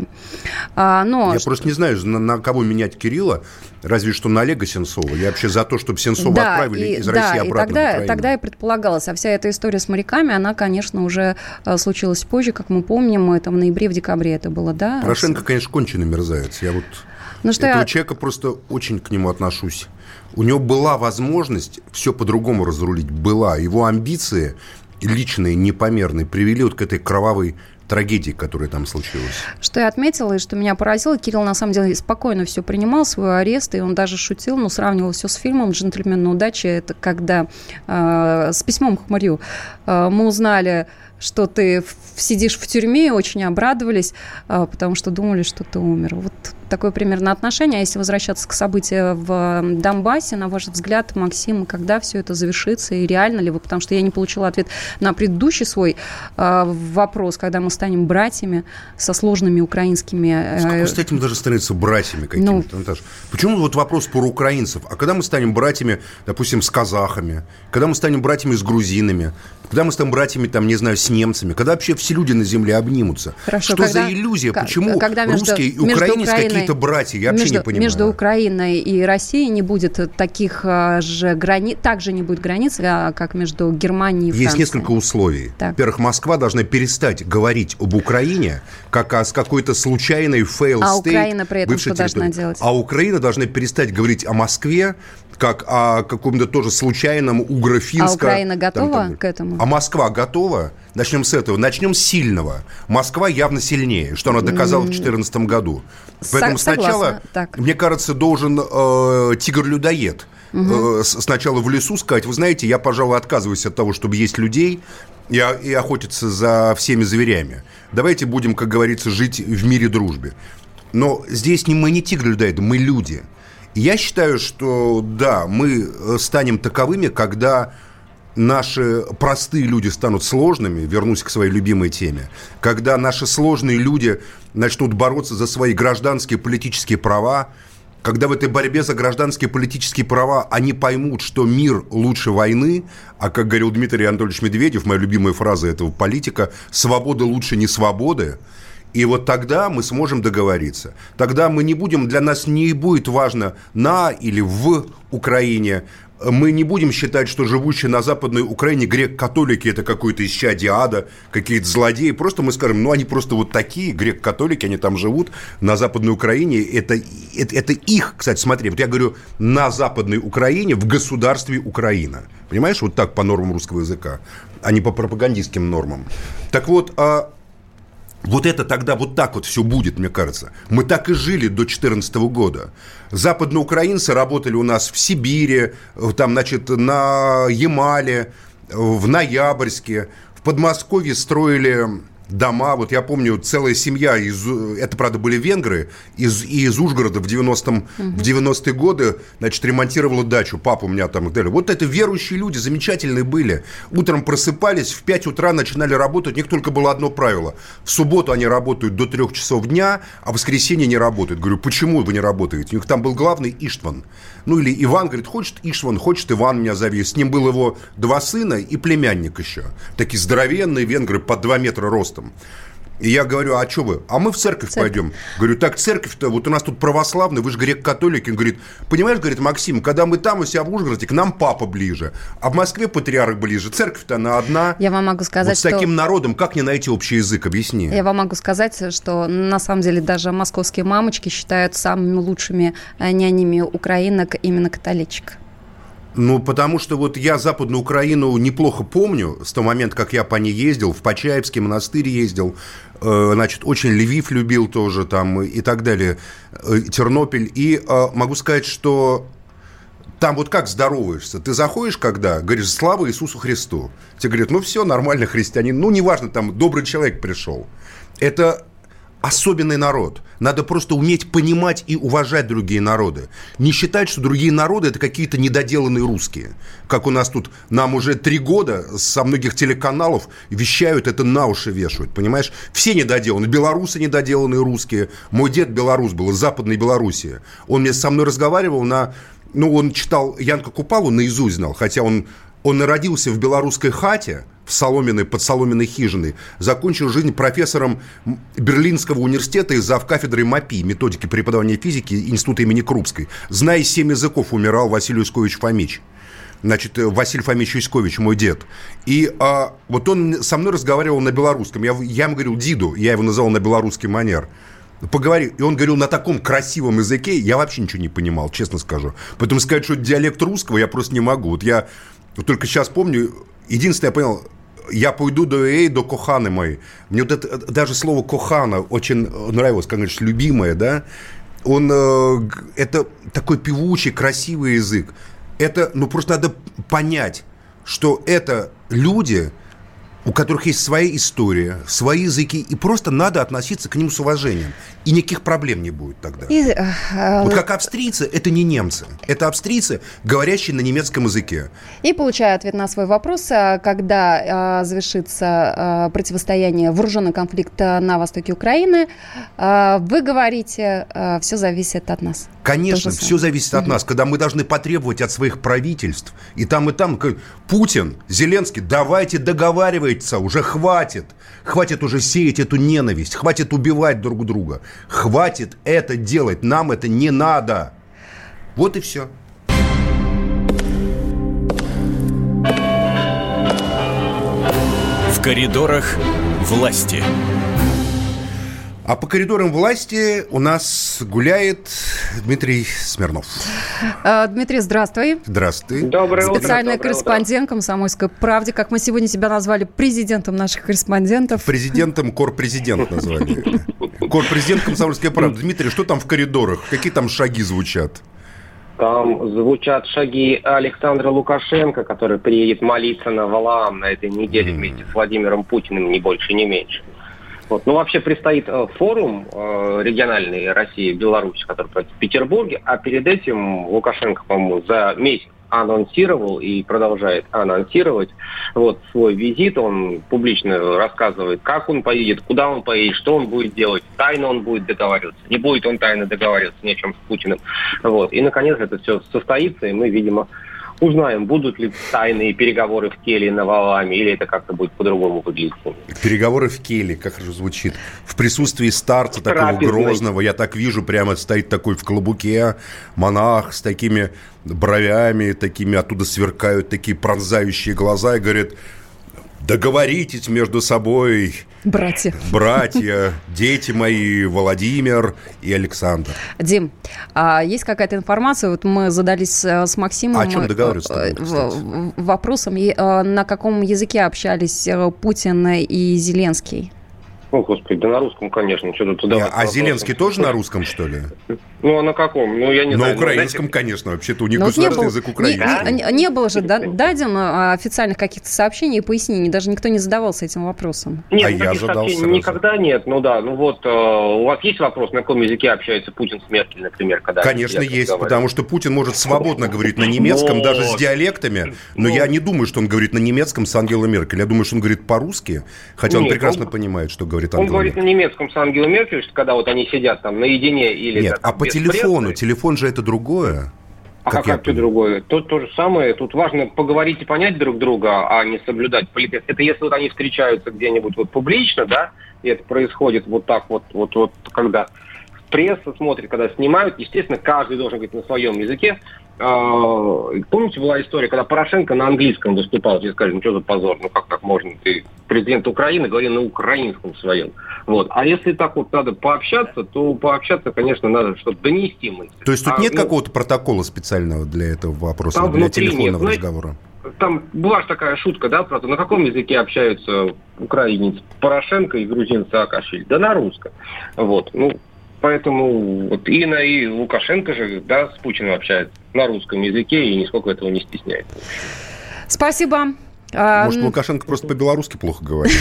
Я просто не знаю, на кого менять Кирилла, разве что на Олега Сенцова. Я вообще за то, чтобы Сенцова отправили из России обратно в Украину. Тогда и предполагалось. А вся эта история с моряками, она, конечно, уже случилась позже, как мы помним, это в ноябре, в декабре это было, да? Порошенко, конечно, конченый мерзавец. Я этого человека просто очень к нему отношусь. У него была возможность все по-другому разрулить. Была. Его амбиции личные, непомерные, привели вот к этой кровавой трагедии, которая там случилась. Что я отметила и что меня поразило, Кирилл, на самом деле, спокойно все принимал, свой арест, и он даже шутил, сравнивал все с фильмом «Джентльмен на удаче». Это когда с письмом к Хмарю мы узнали, что ты сидишь в тюрьме, и очень обрадовались, потому что думали, что ты умер. Вот такое примерно отношение. А если возвращаться к событиям в Донбассе, на ваш взгляд, Максим, когда все это завершится и реально ли вы? Потому что я не получила ответ на предыдущий свой вопрос, когда мы станем братьями со сложными украинскими... С какой стати мы даже становимся братьями какими-то, Наташа? Почему вот вопрос про украинцев? А когда мы станем братьями, допустим, с казахами? Когда мы станем братьями с грузинами? Когда мы станем братьями, там, не знаю, с немцами? Когда вообще все люди на земле обнимутся? Хорошо, что за иллюзия? Почему русские и украинец какие-то братья? Я вообще не понимаю. Между Украиной и Россией не будет таких же границ, также не будет границ, как между Германией и Францией. Есть несколько условий. Так. Во-первых, Москва должна перестать говорить об Украине как о какой-то случайной fail state. А Украина при этом что должна делать? А Украина должна перестать говорить о Москве как о каком-то тоже случайном угро-финско... А Украина готова к этому? А Москва готова? Начнем с этого. Начнем с сильного. Москва явно сильнее, что она доказала в 2014 году. Поэтому сначала, мне кажется, должен тигр-людоед сначала в лесу сказать, вы знаете, я, пожалуй, отказываюсь от того, чтобы есть людей и охотиться за всеми зверями. Давайте будем, как говорится, жить в мире дружбе. Но здесь мы не тигры-людоеды, мы люди. И я считаю, что, да, мы станем таковыми, когда наши простые люди станут сложными, вернусь к своей любимой теме, когда наши сложные люди начнут бороться за свои гражданские политические права, когда в этой борьбе за гражданские политические права они поймут, что мир лучше войны, а, как говорил Дмитрий Анатольевич Медведев, моя любимая фраза этого политика, свобода лучше не свободы, и вот тогда мы сможем договориться. Тогда мы не будем, для нас не будет важно на или в Украине. Мы не будем считать, что живущие на Западной Украине грек-католики – это какое-то исчадие ада, какие-то злодеи. Просто мы скажем, они просто вот такие, грек-католики, они там живут на Западной Украине. Это их, кстати, смотри, вот я говорю, на Западной Украине, в государстве Украина. Понимаешь, вот так по нормам русского языка, а не по пропагандистским нормам. Так вот, вот это тогда вот так вот все будет, мне кажется. Мы так и жили до 2014 года. Западноукраинцы работали у нас в Сибири, там, значит, на Ямале, в Ноябрьске, в Подмосковье строили дома. Вот я помню, целая семья, это, правда, были венгры, из Ужгорода в 90-е годы, значит, ремонтировала дачу. Папа у меня там и так далее. Вот это верующие люди, замечательные были. Утром просыпались, в 5 утра начинали работать. У них только было одно правило. В субботу они работают до 3 часов дня, а в воскресенье не работают. Говорю, почему вы не работаете? У них там был главный Иштван. Ну, или Иван, говорит, хочет Иштван, хочет Иван меня зови. С ним был его 2 сына и племянник еще. Такие здоровенные венгры, по 2 метра ростом. И я говорю, а что вы? А мы в церковь пойдем. Говорю, так церковь-то, вот у нас тут православный, вы же грек-католики. Он говорит, понимаешь, говорит, Максим, когда мы там у себя в Ужгороде, к нам папа ближе, а в Москве патриарх ближе. Церковь-то она одна. Я вам могу сказать, вот с таким народом как не найти общий язык? Объясни. Я вам могу сказать, что на самом деле даже московские мамочки считают самыми лучшими нянями украинок именно католичек. Ну, потому что вот я Западную Украину неплохо помню с того момента, как я по ней ездил, в Почаевский монастырь ездил, значит, очень Львив любил тоже там и так далее, Тернопиль. И могу сказать, что там вот как здороваешься? Ты заходишь когда? Говоришь, слава Иисусу Христу. Тебе говорят, ну все, нормально, христианин. Ну, неважно, там добрый человек пришел. Это особенный народ. Надо просто уметь понимать и уважать другие народы. Не считать, что другие народы – это какие-то недоделанные русские. Как у нас тут, нам уже 3 года со многих телеканалов вещают, это на уши вешают, понимаешь? Все недоделаны. Белорусы недоделанные русские. Мой дед белорус был, из Западной Белоруссии. Он со мной разговаривал он читал Янка Купалу, наизусть знал, хотя он родился в белорусской хате, под соломенной хижиной, закончил жизнь профессором Берлинского университета и завкафедрой МАПИ, методики преподавания физики Института имени Крупской. Зная 7 языков, умирал Василий Юскович Фомич. Значит, Василий Фомич Юскович, мой дед. И вот он со мной разговаривал на белорусском. Я ему говорил «Диду», я его называл на белорусский манер. Поговори. И он говорил на таком красивом языке, я вообще ничего не понимал, честно скажу. Поэтому сказать, что это диалект русского, я просто не могу. Вот я только сейчас помню, единственное, я понял, я пойду до коханы моей. Мне вот это, даже слово кохана очень нравилось, как говоришь, любимое, да? Это такой певучий, красивый язык. Это, просто надо понять, что это люди, у которых есть своя история, свои языки, и просто надо относиться к ним с уважением. И никаких проблем не будет тогда. Вот как австрийцы, это не немцы. Это австрийцы, говорящие на немецком языке. И получаю ответ на свой вопрос. Когда завершится противостояние, вооруженный конфликт на востоке Украины, вы говорите, все зависит от нас. Конечно, все зависит от нас. Когда мы должны потребовать от своих правительств, и там, Путин, Зеленский, давайте договариваться, уже хватит. Хватит уже сеять эту ненависть, хватит убивать друг друга. Хватит это делать, нам это не надо. Вот и все. В коридорах власти. А по коридорам власти у нас гуляет Дмитрий Смирнов. Дмитрий, здравствуй. Здравствуй. Доброе утро. Специальный корреспондент «Комсомольской правды». Как мы сегодня тебя назвали, президентом наших корреспондентов. Президентом, корпрезидент назвали. Корпрезидент «Комсомольской правды». Дмитрий, что там в коридорах? Какие там шаги звучат? Там звучат шаги Александра Лукашенко, который приедет молиться на Валаам на этой неделе вместе с Владимиром Путиным, ни больше, ни меньше. Вот. Ну, вообще предстоит форум региональной России-Беларусь, который пройдет в Петербурге, а перед этим Лукашенко, по-моему, за месяц анонсировал и продолжает анонсировать свой визит. Он публично рассказывает, как он поедет, куда он поедет, что он будет делать. Тайно он будет договариваться, не будет он тайно договариваться ни о чем с Путиным. И, наконец, это все состоится, и мы, видимо, узнаем, будут ли тайные переговоры в Келье на Валааме, или это как-то будет по-другому выглядеть. Переговоры в Келье, как же звучит. В присутствии старца такого грозного, я так вижу, прямо стоит такой в клобуке монах с такими бровями, такими оттуда сверкают такие пронзающие глаза и говорит: договоритесь между собой, братья, дети мои, Владимир и Александр. Дим, есть какая-то информация, вот мы задались с Максимом о чем договариваться вопросом, на каком языке общались Путин и Зеленский? О, Господи, да на русском, конечно. Что тут а Зеленский тоже на русском, что ли? Ну, а на каком? Ну, я не знаю. На украинском, конечно. Вообще-то у них государственный язык украинский. Не было же дадено официальных каких-то сообщений и пояснений. Даже никто не задавался этим вопросом. Нет, я задался. Никогда нет. Ну да, у вас есть вопрос, на каком языке общается Путин с Меркель, например? Конечно, есть, потому что Путин может свободно говорить на немецком, даже с диалектами. Но я не думаю, что он говорит на немецком с Ангелой Меркель. Я думаю, что он говорит по-русски, хотя он прекрасно понимает, что говорит Ангела Меркель. Он говорит на немецком с Ангелой Меркель, что когда они сидят там наедине или... Нет, по телефону. Телефон же это другое. Как это другое? Тут то же самое. Тут важно поговорить и понять друг друга, а не соблюдать политес. Это если они встречаются где-нибудь публично, да, и это происходит вот так вот, когда пресса смотрит, когда снимают, естественно, каждый должен говорить на своем языке. Помните, была история, когда Порошенко на английском выступал, все сказали, что за позор, как так можно, ты президент Украины говорил на украинском своем. А если так надо пообщаться, то пообщаться, конечно, надо, чтобы донести мысль. То есть тут нет какого-то протокола специального для этого вопроса, для телефонного разговора? Там была же такая шутка, да, про то, на каком языке общаются украинец Порошенко и грузин Саакашвили? Да на русском. Поэтому и Лукашенко же, да, с Путиным общается на русском языке и нисколько этого не стесняется. Спасибо. Может, Лукашенко просто по-белорусски плохо говорит?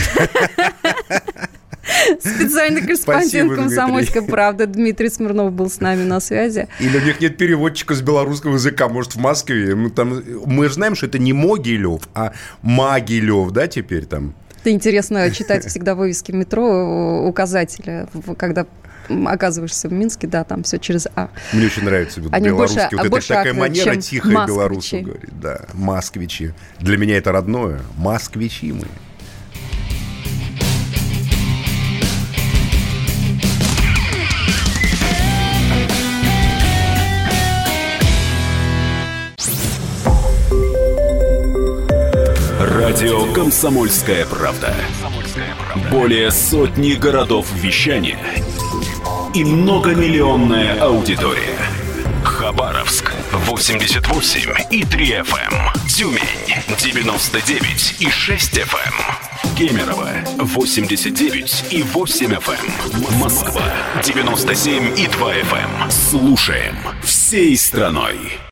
Специальный корреспондент «Комсомольской правды» Дмитрий Смирнов был с нами на связи. Или у них нет переводчика с белорусского языка, может, в Москве. Мы же знаем, что это не Могилев, а Магилев, да, теперь там. Это интересно читать всегда вывески метро, указатели, когда оказываешься в Минске, да, там все через «А». Мне очень нравится белорусский. Это такая манера тихая белорусского говорить. Да, москвичи. Для меня это родное. Москвичи мы. Радио «Комсомольская правда». Более сотни городов вещания и многомиллионная аудитория. Хабаровск 88,3 FM. Тюмень 99,6 FM. Кемерово 89,8 FM. Москва 97,2 FM. Слушаем всей страной.